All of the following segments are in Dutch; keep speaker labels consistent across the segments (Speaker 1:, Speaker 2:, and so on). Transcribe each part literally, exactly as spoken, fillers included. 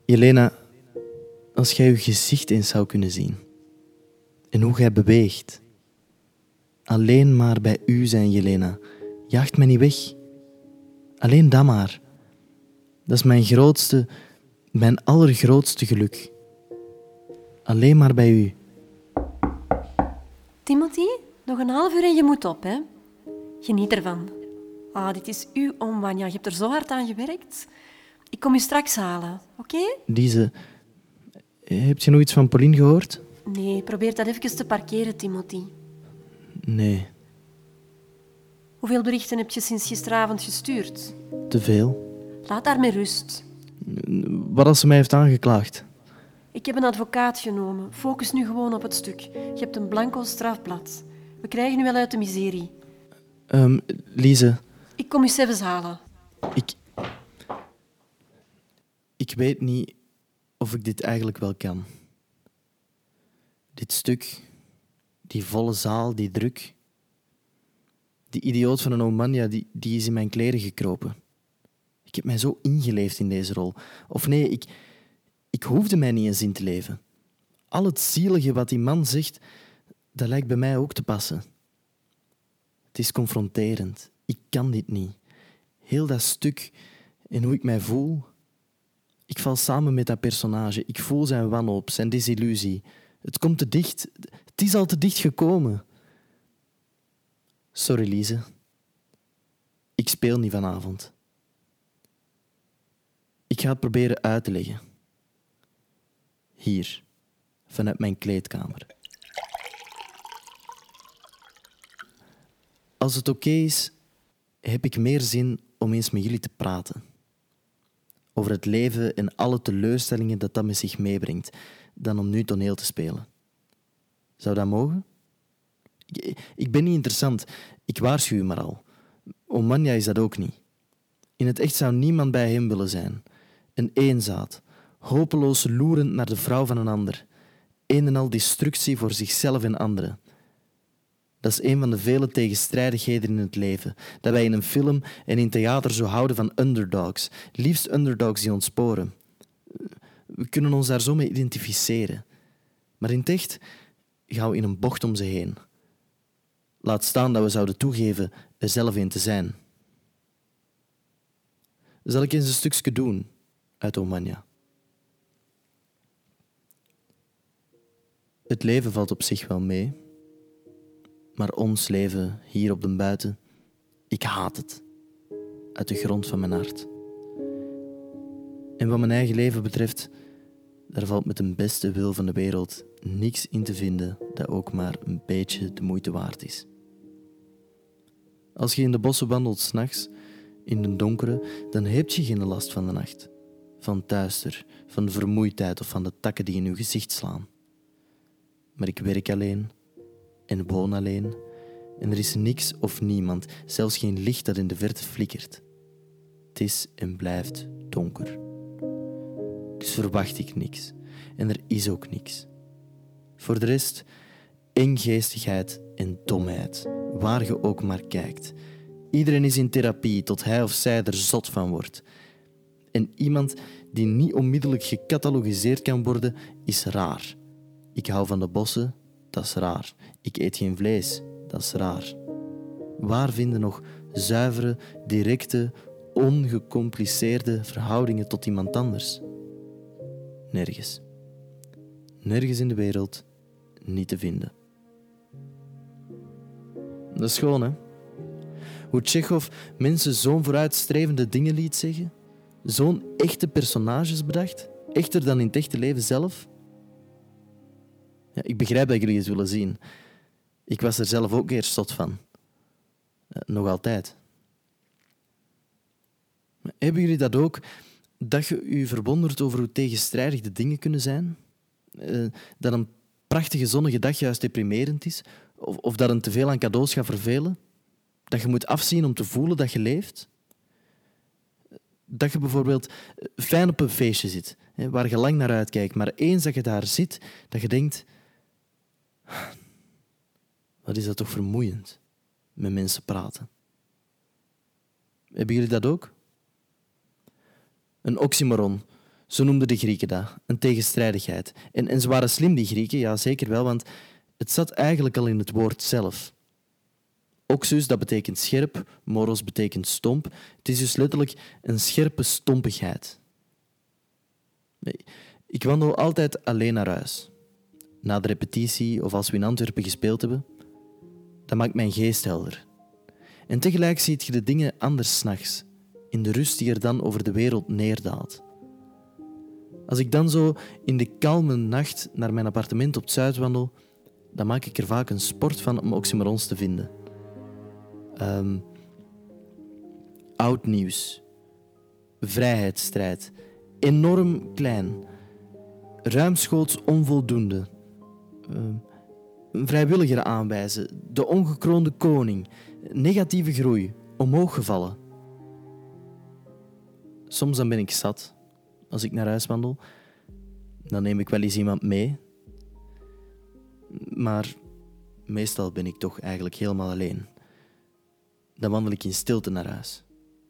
Speaker 1: Jelena, als jij je gezicht eens zou kunnen zien en hoe jij beweegt. Alleen maar bij u zijn, Jelena. Jaagt mij niet weg. Alleen dat maar. Dat is mijn grootste, mijn allergrootste geluk. Alleen maar bij u.
Speaker 2: Timothy, nog een half uur en je moet op, hè? Geniet ervan. Ah, dit is uw oom, Wanja. Je hebt er zo hard aan gewerkt. Ik kom je straks halen, oké? Okay?
Speaker 1: Lise, heb je nog iets van Pauline gehoord?
Speaker 2: Nee, probeer dat even te parkeren, Timothy.
Speaker 1: Nee.
Speaker 2: Hoeveel berichten heb je sinds gisteravond gestuurd?
Speaker 1: Te veel.
Speaker 2: Laat haar met rust.
Speaker 1: Wat als ze mij heeft aangeklaagd?
Speaker 2: Ik heb een advocaat genomen. Focus nu gewoon op het stuk. Je hebt een blanco strafblad. We krijgen u wel uit de miserie.
Speaker 1: Um, Lise.
Speaker 2: Ik kom u zelfs halen.
Speaker 1: Ik... Ik weet niet of ik dit eigenlijk wel kan. Dit stuk, die volle zaal, die druk. Die idioot van een Omania, die, die is in mijn kleren gekropen. Ik heb mij zo ingeleefd in deze rol. Of nee, ik, ik hoefde mij niet eens in te leven. Al het zielige wat die man zegt, dat lijkt bij mij ook te passen. Het is confronterend. Ik kan dit niet. Heel dat stuk en hoe ik mij voel. Ik val samen met dat personage. Ik voel zijn wanhoop, zijn desillusie. Het komt te dicht. Het is al te dicht gekomen. Sorry, Lise. Ik speel niet vanavond. Ik ga het proberen uit te leggen. Hier, vanuit mijn kleedkamer. Als het oké is, heb ik meer zin om eens met jullie te praten. Over het leven en alle teleurstellingen dat dat met zich meebrengt, dan om nu toneel te spelen. Zou dat mogen? Ik, ik ben niet interessant. Ik waarschuw u maar al. Omania is dat ook niet. In het echt zou niemand bij hem willen zijn. Een eenzaad, hopeloos loerend naar de vrouw van een ander. Een en al destructie voor zichzelf en anderen. Dat is een van de vele tegenstrijdigheden in het leven. Dat wij in een film en in theater zo houden van underdogs. Liefst underdogs die ontsporen. We kunnen ons daar zo mee identificeren. Maar in het echt gaan we in een bocht om ze heen. Laat staan dat we zouden toegeven er zelf een te zijn. Zal ik eens een stukje doen uit Omania? Het leven valt op zich wel mee. Maar ons leven hier op de buiten, ik haat het. Uit de grond van mijn hart. En wat mijn eigen leven betreft, daar valt met de beste wil van de wereld niks in te vinden dat ook maar een beetje de moeite waard is. Als je in de bossen wandelt 's nachts, in de donkere, dan heb je geen last van de nacht. Van het duister, van de vermoeidheid of van de takken die in je gezicht slaan. Maar ik werk alleen en woon alleen en er is niks of niemand, zelfs geen licht dat in de verte flikkert. Het is en blijft donker. Dus verwacht ik niks en er is ook niks. Voor de rest, enggeestigheid en domheid, waar je ook maar kijkt. Iedereen is in therapie tot hij of zij er zot van wordt. En iemand die niet onmiddellijk gecatalogiseerd kan worden, is raar. Ik hou van de bossen, dat is raar. Ik eet geen vlees, dat is raar. Waar vinden nog zuivere, directe, ongecompliceerde verhoudingen tot iemand anders? Nergens. Nergens in de wereld niet te vinden. Dat is gewoon, hè? Hoe Tsjechov mensen zo'n vooruitstrevende dingen liet zeggen, zo'n echte personages bedacht, echter dan in het echte leven zelf. Ja, ik begrijp dat jullie eens willen zien. Ik was er zelf ook eerst zot van. Ja, nog altijd. Maar hebben jullie dat ook, dat je je verwondert over hoe tegenstrijdig de dingen kunnen zijn? Uh, dat een prachtige zonnige dag juist deprimerend is? Of, of dat een teveel aan cadeaus gaat vervelen? Dat je moet afzien om te voelen dat je leeft? Dat je bijvoorbeeld fijn op een feestje zit, hè, waar je lang naar uitkijkt, maar eens dat je daar zit, dat je denkt... Wat is dat toch vermoeiend, met mensen praten. Hebben jullie dat ook? Een oxymoron. Zo noemden de Grieken dat, een tegenstrijdigheid. En, en ze waren slim, die Grieken, ja zeker wel, want het zat eigenlijk al in het woord zelf. Oxus, dat betekent scherp, moros betekent stomp. Het is dus letterlijk een scherpe stompigheid. Nee, ik wandel altijd alleen naar huis. Na de repetitie of als we in Antwerpen gespeeld hebben. Dat maakt mijn geest helder. En tegelijk ziet je de dingen anders 's nachts, in de rust die er dan over de wereld neerdaalt. Als ik dan zo in de kalme nacht naar mijn appartement op het Zuid wandel, dan maak ik er vaak een sport van om oxymorons te vinden. Um, oud nieuws. Vrijheidsstrijd. Enorm klein. Ruimschoots onvoldoende. Um, een vrijwilliger aanwijzen. De ongekroonde koning. Negatieve groei. Omhoog gevallen. Soms dan ben ik zat. Als ik naar huis wandel. Dan neem ik wel eens iemand mee. Maar meestal ben ik toch eigenlijk helemaal alleen. Dan wandel ik in stilte naar huis.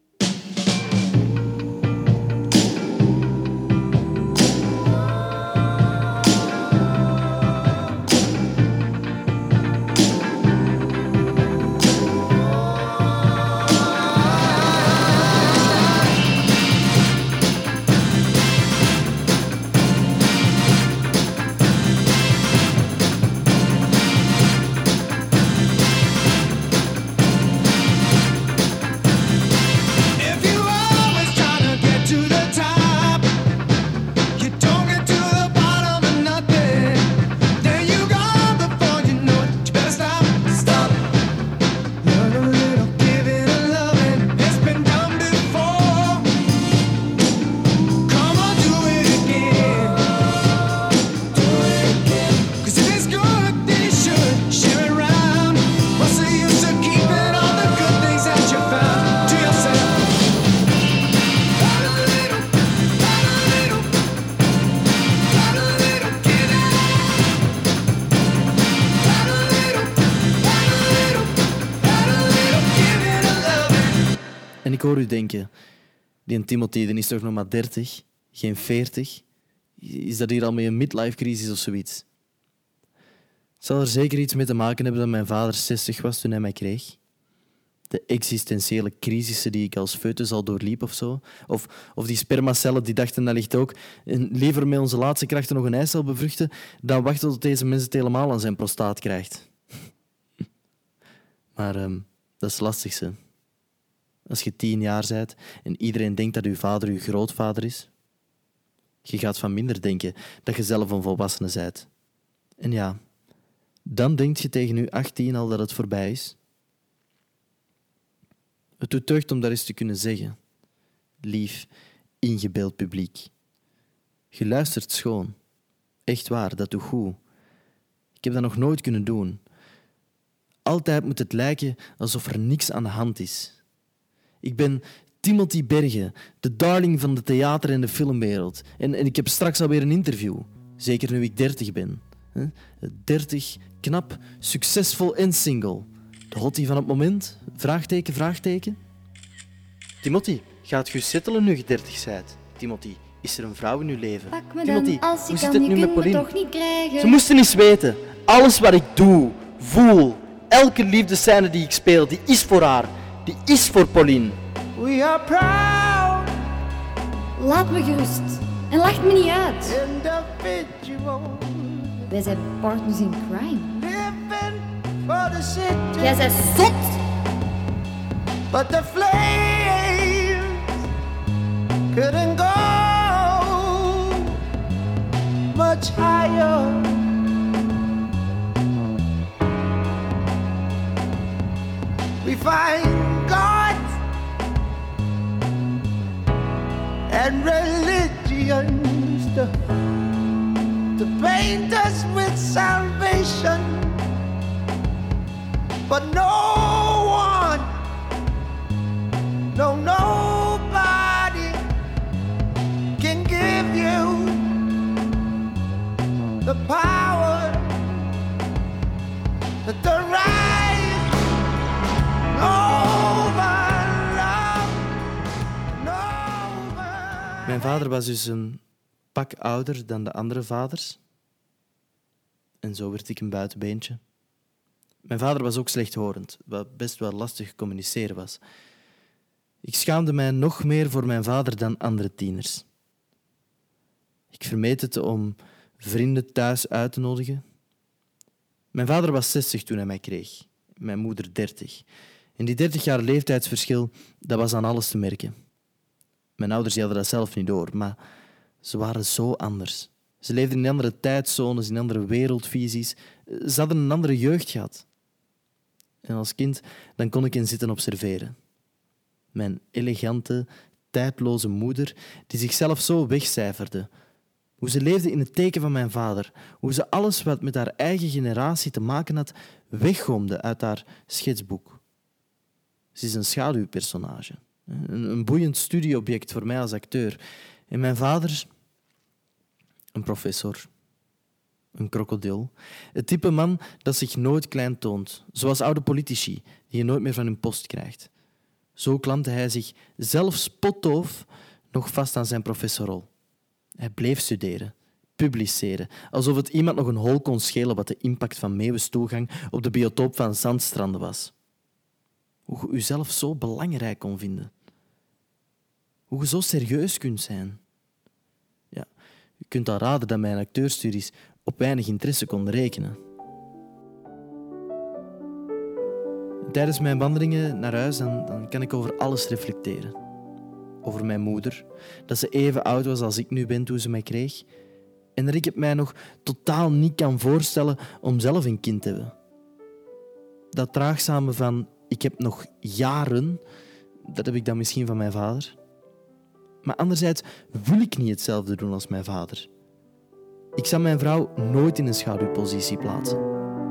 Speaker 1: En ik hoor u denken, die Timothy die is toch nog maar dertig, geen veertig? Is dat hier al met een midlife-crisis of zoiets? Het zal er zeker iets mee te maken hebben dat mijn vader zestig was toen hij mij kreeg. De existentiële crisissen die ik als foetus al doorliep of zo. Of, of die spermacellen die dachten, dat ligt ook. En liever met onze laatste krachten nog een eicel bevruchten dan wachten tot deze mens het helemaal aan zijn prostaat krijgt. Maar um, dat is lastig, hè. Als je tien jaar bent en iedereen denkt dat uw vader uw grootvader is. Je gaat van minder denken dat je zelf een volwassene bent. En ja, dan denk je tegen je achttien al dat het voorbij is. Het doet deugd om dat eens te kunnen zeggen. Lief, ingebeeld publiek. Je luistert schoon. Echt waar, dat doet goed. Ik heb dat nog nooit kunnen doen. Altijd moet het lijken alsof er niks aan de hand is. Ik ben Timothy Bergen, de darling van de theater- en de filmwereld. En, en ik heb straks alweer een interview. Zeker nu ik dertig ben. dertig, knap, succesvol en single. De hottie van het moment? Vraagteken, vraagteken. Timothy, gaat je settelen nu je dertig bent? Timothy, is er een vrouw in uw leven?
Speaker 3: Pak me
Speaker 1: Timothy,
Speaker 3: dan, als
Speaker 1: hoe
Speaker 3: ik
Speaker 1: zit
Speaker 3: kan,
Speaker 1: het nu
Speaker 3: je
Speaker 1: met
Speaker 3: kunt me
Speaker 1: Pauline?
Speaker 3: toch niet krijgen.
Speaker 1: Ze moesten eens weten. Alles wat ik doe, voel, elke liefdescène die ik speel, die is voor haar. Die is voor Pauline.
Speaker 4: We are proud
Speaker 3: Laat me gerust. En lacht me niet uit.
Speaker 4: individuals
Speaker 3: Wij zijn partners in crime.
Speaker 4: living for the city,
Speaker 3: Jij bent zot.
Speaker 4: but the flames couldn't go much higher. We find God and religions to, to paint us with salvation, but no one, no nobody can give you the power to rise over love and over.
Speaker 1: Mijn vader was dus een pak ouder dan de andere vaders. En zo werd ik een buitenbeentje. Mijn vader was ook slechthorend, wat best wel lastig communiceren was. Ik schaamde mij nog meer voor mijn vader dan andere tieners. Ik vermeed het om vrienden thuis uit te nodigen. Mijn vader was zestig toen hij mij kreeg, mijn moeder dertig. En die dertig jaar leeftijdsverschil, dat was aan alles te merken. Mijn ouders hadden dat zelf niet door, maar ze waren zo anders. Ze leefden in andere tijdzones, in andere wereldvisies. Ze hadden een andere jeugd gehad. En als kind dan kon ik hen zitten observeren. Mijn elegante, tijdloze moeder, die zichzelf zo wegcijferde. Hoe ze leefde in het teken van mijn vader. Hoe ze alles wat met haar eigen generatie te maken had, weggoomde uit haar schetsboek. Ze is een schaduwpersonage. Een, een boeiend studieobject voor mij als acteur. En mijn vader, een professor. Een krokodil. Het type man dat zich nooit klein toont. Zoals oude politici, die je nooit meer van hun post krijgt. Zo klampte hij zich, zelf spotdoof, nog vast aan zijn professorrol. Hij bleef studeren, publiceren, alsof het iemand nog een hol kon schelen wat de impact van meeuwenstoelgang op de biotoop van zandstranden was. Hoe je jezelf zo belangrijk kon vinden. Hoe je zo serieus kunt zijn. Ja, je kunt al raden dat mijn acteurstudies op weinig interesse konden rekenen. Tijdens mijn wandelingen naar huis dan, dan kan ik over alles reflecteren. Over mijn moeder, dat ze even oud was als ik nu ben toen ze mij kreeg. En dat ik het mij nog totaal niet kan voorstellen om zelf een kind te hebben. Dat traagzame van ik heb nog jaren, dat heb ik dan misschien van mijn vader. Maar anderzijds wil ik niet hetzelfde doen als mijn vader. Ik zal mijn vrouw nooit in een schaduwpositie plaatsen.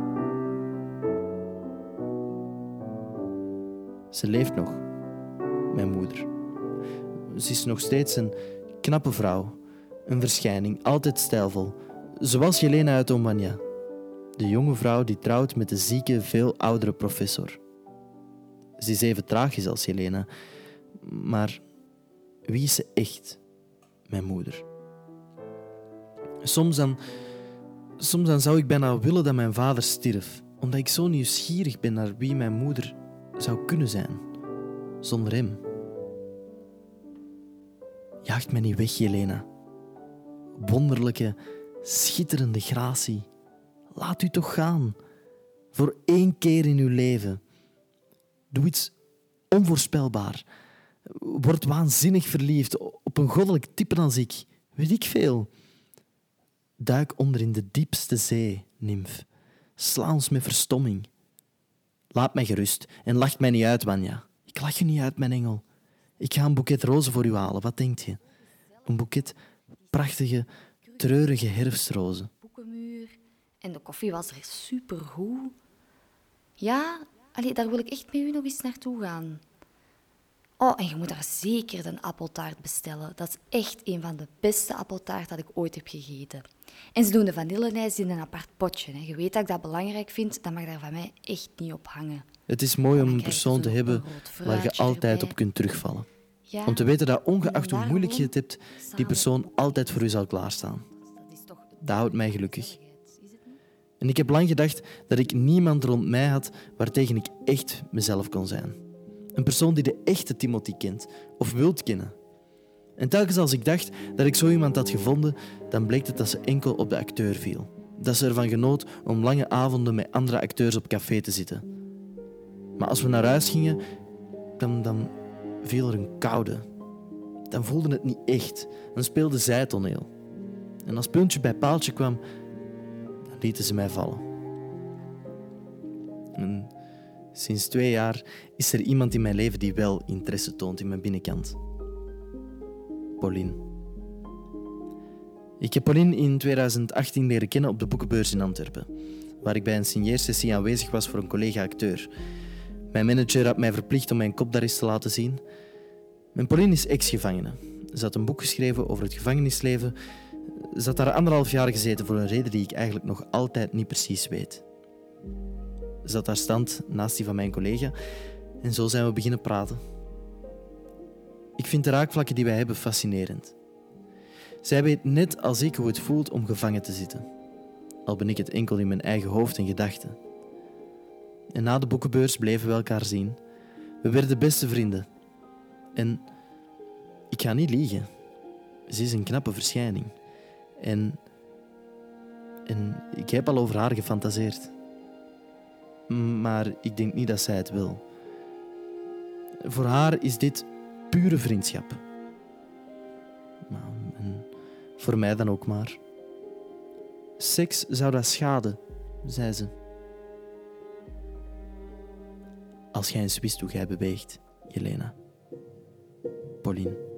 Speaker 1: Ze leeft nog, mijn moeder. Ze is nog steeds een knappe vrouw, een verschijning, altijd stijlvol, zoals Jelena uit Ombania, de jonge vrouw die trouwt met de zieke, veel oudere professor. Ze is even tragisch als Jelena, maar wie is ze echt, mijn moeder? Soms dan, soms dan zou ik bijna willen dat mijn vader stierf, omdat ik zo nieuwsgierig ben naar wie mijn moeder zou kunnen zijn, zonder hem. Jaagt mij niet weg, Jelena. Wonderlijke, schitterende gratie. Laat u toch gaan. Voor één keer in uw leven. Doe iets onvoorspelbaar. Word waanzinnig verliefd op een goddelijk type als ik. Weet ik veel. Duik onder in de diepste zee, nimf. Sla ons met verstomming. Laat mij gerust en lacht mij niet uit, Wanja. Ik lach je niet uit, mijn engel. Ik ga een boeket rozen voor u halen, wat denkt je? Een boeket prachtige, treurige herfstrozen.
Speaker 5: Boekenmuur en de koffie was er supergoed. Ja, allee, daar wil ik echt met u nog eens naartoe gaan. Oh, en je moet daar zeker een appeltaart bestellen. Dat is echt een van de beste appeltaart dat ik ooit heb gegeten. En ze doen de vanillenijs in een apart potje. Hè. Je weet dat ik dat belangrijk vind, dat mag daar van mij echt niet op hangen.
Speaker 1: Het is mooi om
Speaker 5: Dan
Speaker 1: een
Speaker 5: krijg je
Speaker 1: persoon
Speaker 5: zo
Speaker 1: te
Speaker 5: een
Speaker 1: hebben
Speaker 5: rood
Speaker 1: waar je
Speaker 5: fruitje
Speaker 1: altijd
Speaker 5: erbij.
Speaker 1: op kunt terugvallen.
Speaker 5: Ja,
Speaker 1: Om te weten dat ongeacht
Speaker 5: en
Speaker 1: hoe
Speaker 5: dan
Speaker 1: moeilijk je het
Speaker 5: gewoon
Speaker 1: hebt, die
Speaker 5: samen
Speaker 1: persoon altijd voor u zal klaarstaan.
Speaker 5: Dat is toch
Speaker 1: Dat houdt mij gelukkig.
Speaker 5: is het niet?
Speaker 1: En ik heb lang gedacht dat ik niemand rond mij had waartegen ik echt mezelf kon zijn. Een persoon die de echte Timothy kent, of wilt kennen. En telkens als ik dacht dat ik zo iemand had gevonden, dan bleek het dat ze enkel op de acteur viel. Dat ze ervan genoot om lange avonden met andere acteurs op café te zitten. Maar als we naar huis gingen, dan, dan viel er een koude. Dan voelde het niet echt. Dan speelde zij toneel. En als puntje bij paaltje kwam, dan lieten ze mij vallen. En sinds twee jaar is er iemand in mijn leven die wel interesse toont in mijn binnenkant. Pauline. Ik heb Pauline in tweeduizend achttien leren kennen op de boekenbeurs in Antwerpen, waar ik bij een signeersessie aanwezig was voor een collega-acteur. Mijn manager had mij verplicht om mijn kop daar eens te laten zien. Mijn Pauline is ex-gevangene. Ze had een boek geschreven over het gevangenisleven. Ze had daar anderhalf jaar gezeten voor een reden die ik eigenlijk nog altijd niet precies weet. Ze had haar stand naast die van mijn collega en zo zijn we beginnen praten. Ik vind de raakvlakken die wij hebben fascinerend. Zij weet net als ik hoe het voelt om gevangen te zitten. Al ben ik het enkel in mijn eigen hoofd en gedachten. En na de boekenbeurs bleven we elkaar zien. We werden beste vrienden. En ik ga niet liegen. Ze is een knappe verschijning. En, en ik heb al over haar gefantaseerd. Maar ik denk niet dat zij het wil. Voor haar is dit pure vriendschap. Nou, en voor mij dan ook maar. Seks zou dat schaden, zei ze. Als jij eens wist hoe jij beweegt, Jelena. Pauline.